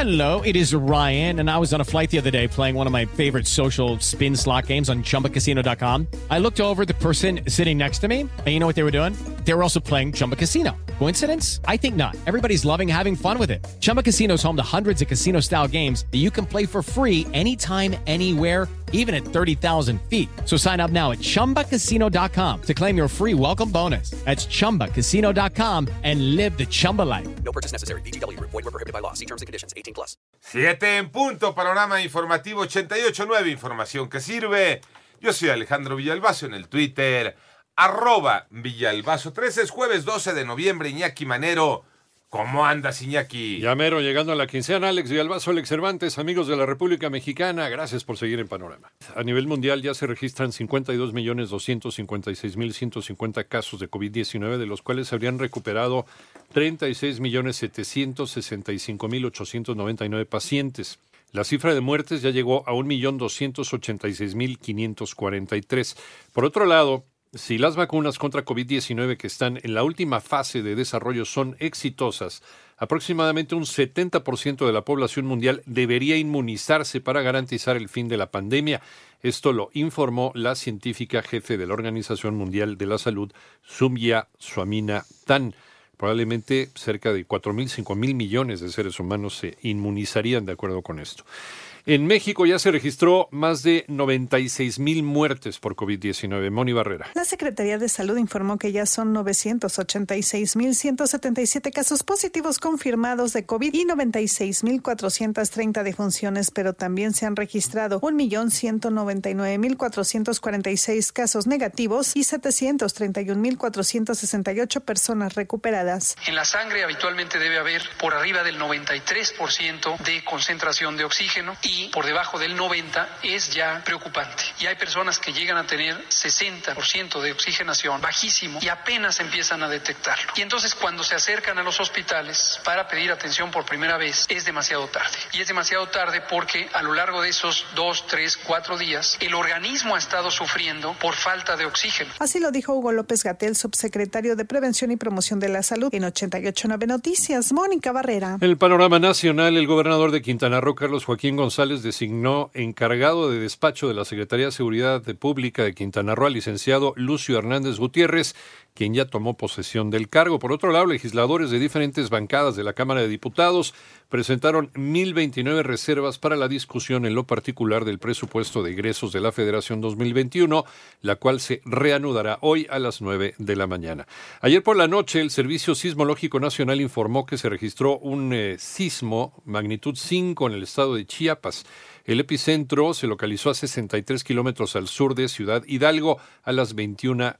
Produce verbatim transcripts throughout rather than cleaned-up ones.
Hello, it is Ryan, and I was on a flight the other day playing one of my favorite social spin slot games on chumba casino dot com. I looked over at the person sitting next to me, and you know what they were doing? They were also playing Chumba Casino. Coincidence? I think not. Everybody's loving having fun with it. Chumba Casino is home to hundreds of casino-style games that you can play for free anytime, anywhere, even at thirty thousand feet. So sign up now at chumba casino dot com to claim your free welcome bonus. That's chumba casino dot com and live the Chumba life. No purchase necessary. V G W. Void where prohibited by law. See terms and conditions. eighteen plus. Siete en punto. Panorama informativo ochenta y ocho punto nueve. Información que sirve. Yo soy Alejandro Villalbazo en el Twitter. Arroba Villalbazo. trece es jueves doce de noviembre. Iñaki Manero. ¿Cómo andas, Iñaki? Ya mero, llegando a la quincena, Alex Villalbazo, Alex Cervantes, amigos de la República Mexicana, gracias por seguir en Panorama. A nivel mundial ya se registran cincuenta y dos millones doscientos cincuenta y seis mil ciento cincuenta casos de covid diecinueve, de los cuales se habrían recuperado treinta y seis millones setecientos sesenta y cinco mil ochocientos noventa y nueve pacientes. La cifra de muertes ya llegó a un millón doscientos ochenta y seis mil quinientos cuarenta y tres. Por otro lado, si las vacunas contra covid diecinueve que están en la última fase de desarrollo son exitosas, aproximadamente un setenta por ciento de la población mundial debería inmunizarse para garantizar el fin de la pandemia. Esto lo informó la científica jefe de la Organización Mundial de la Salud, Soumya Swaminathan. Probablemente cerca de cuatro mil, cinco mil millones de seres humanos se inmunizarían de acuerdo con esto. En México ya se registró más de noventa y seis mil muertes por covid diecinueve. Moni Barrera. La Secretaría de Salud informó que ya son novecientos ochenta y seis mil ciento setenta y siete casos positivos confirmados de COVID y noventa y seis mil cuatrocientas treinta defunciones, pero también se han registrado un millón ciento noventa y nueve mil cuatrocientos cuarenta y seis casos negativos y setecientos treinta y un mil cuatrocientos sesenta y ocho personas recuperadas. En la sangre habitualmente debe haber por arriba del noventa y tres por ciento de concentración de oxígeno y Y por debajo del noventa es ya preocupante. Y hay personas que llegan a tener sesenta por ciento de oxigenación bajísimo y apenas empiezan a detectarlo. Y entonces cuando se acercan a los hospitales para pedir atención por primera vez es demasiado tarde. Y es demasiado tarde porque a lo largo de esos dos, tres, cuatro días el organismo ha estado sufriendo por falta de oxígeno. Así lo dijo Hugo López-Gatell, subsecretario de Prevención y Promoción de la Salud. En ochenta y ocho punto nueve Noticias, Mónica Barrera. En el panorama nacional, el gobernador de Quintana Roo, Carlos Joaquín González, designó encargado de despacho de la Secretaría de Seguridad Pública de Quintana Roo al licenciado Lucio Hernández Gutiérrez, quien ya tomó posesión del cargo. Por otro lado, legisladores de diferentes bancadas de la Cámara de Diputados presentaron mil veintinueve reservas para la discusión en lo particular del presupuesto de egresos de la Federación dos mil veintiuno, la cual se reanudará hoy a las nueve de la mañana. Ayer por la noche, el Servicio Sismológico Nacional informó que se registró un eh, sismo magnitud cinco en el estado de Chiapas. El epicentro se localizó a sesenta y tres kilómetros al sur de Ciudad Hidalgo a las veintiuna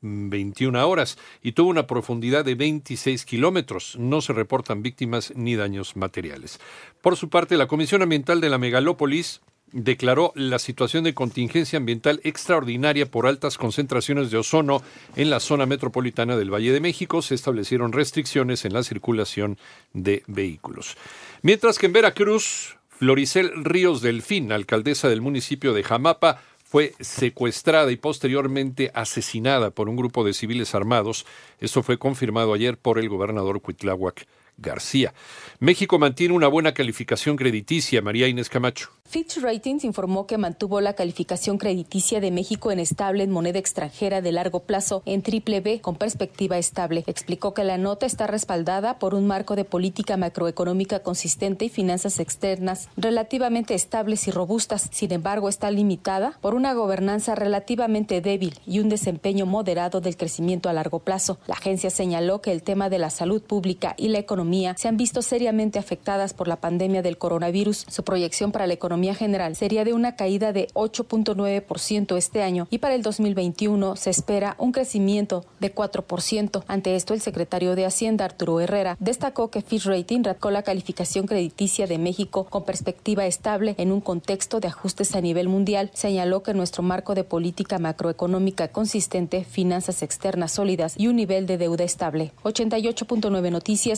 horas y tuvo una profundidad de veintiséis kilómetros. No se reportan víctimas ni daños materiales. Por su parte, la Comisión Ambiental de la Megalópolis declaró la situación de contingencia ambiental extraordinaria por altas concentraciones de ozono en la zona metropolitana del Valle de México. Se establecieron restricciones en la circulación de vehículos. Mientras que en Veracruz, Floricel Ríos Delfín, alcaldesa del municipio de Jamapa, fue secuestrada y posteriormente asesinada por un grupo de civiles armados. Esto fue confirmado ayer por el gobernador Cuitláhuac García. México mantiene una buena calificación crediticia. María Inés Camacho. Fitch Ratings informó que mantuvo la calificación crediticia de México en estable en moneda extranjera de largo plazo en triple B con perspectiva estable. Explicó que la nota está respaldada por un marco de política macroeconómica consistente y finanzas externas relativamente estables y robustas. Sin embargo, está limitada por una gobernanza relativamente débil y un desempeño moderado del crecimiento a largo plazo. La agencia señaló que el tema de la salud pública y la economía se han visto seriamente afectadas por la pandemia del coronavirus. Su proyección para la economía general sería de una caída de ocho punto nueve por ciento este año y para el dos mil veintiuno se espera un crecimiento de cuatro por ciento. Ante esto, el secretario de Hacienda, Arturo Herrera, destacó que Fitch Ratings radicó la calificación crediticia de México con perspectiva estable en un contexto de ajustes a nivel mundial. Señaló que nuestro marco de política macroeconómica consistente, finanzas externas sólidas y un nivel de deuda estable. ochenta y ocho punto nueve Noticias, María Inés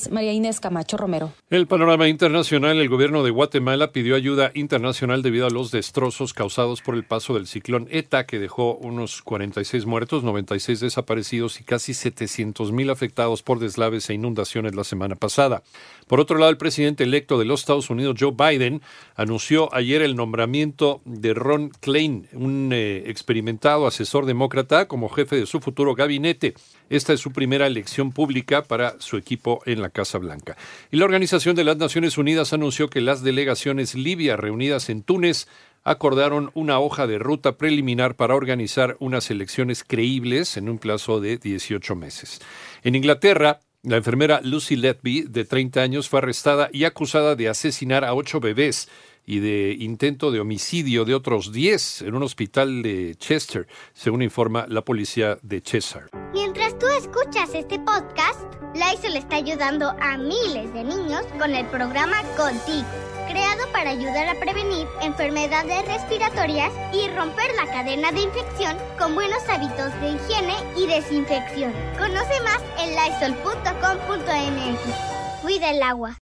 Inés Camacho Romero. El panorama internacional, el gobierno de Guatemala pidió ayuda internacional debido a los destrozos causados por el paso del ciclón ETA, que dejó unos cuarenta y seis muertos, noventa y seis desaparecidos y casi setecientos mil afectados por deslaves e inundaciones la semana pasada. Por otro lado, el presidente electo de los Estados Unidos, Joe Biden, anunció ayer el nombramiento de Ron Klain, un eh, experimentado asesor demócrata, como jefe de su futuro gabinete. Esta es su primera elección pública para su equipo en la Casa Blanca. Y la Organización de las Naciones Unidas anunció que las delegaciones libias reunidas en Túnez acordaron una hoja de ruta preliminar para organizar unas elecciones creíbles en un plazo de dieciocho meses. En Inglaterra, la enfermera Lucy Letby, de treinta años, fue arrestada y acusada de asesinar a ocho bebés y de intento de homicidio de otros diez en un hospital de Chester, según informa la policía de Cheshire. Mientras tú escuchas este podcast, Lysol está ayudando a miles de niños con el programa Contigo, creado para ayudar a prevenir enfermedades respiratorias y romper la cadena de infección con buenos hábitos de higiene y desinfección. Conoce más en lysol punto com punto m x. Cuida el agua.